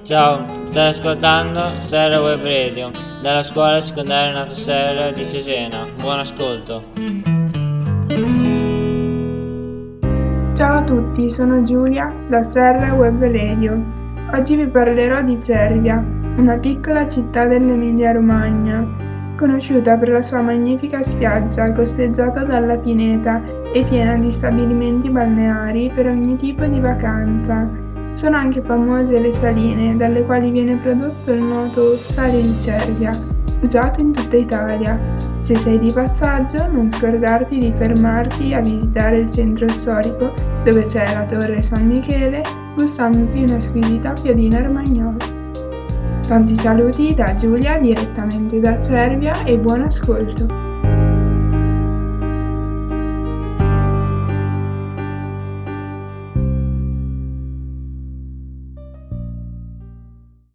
Ciao, stai ascoltando Serra Web Radio dalla scuola secondaria Nato Serra di Cesena. Buon ascolto. Ciao a tutti, sono Giulia da Serra Web Radio. Oggi vi parlerò di Cervia, una piccola città dell'Emilia-Romagna, conosciuta per la sua magnifica spiaggia costeggiata dalla pineta e piena di stabilimenti balneari per ogni tipo di vacanza. Sono anche famose le saline, dalle quali viene prodotto il noto sale di Cervia, usato in tutta Italia. Se sei di passaggio, non scordarti di fermarti a visitare il centro storico, dove c'è la Torre San Michele, gustandoti una squisita piadina romagnolo. Tanti saluti da Giulia direttamente da Cervia e buon ascolto!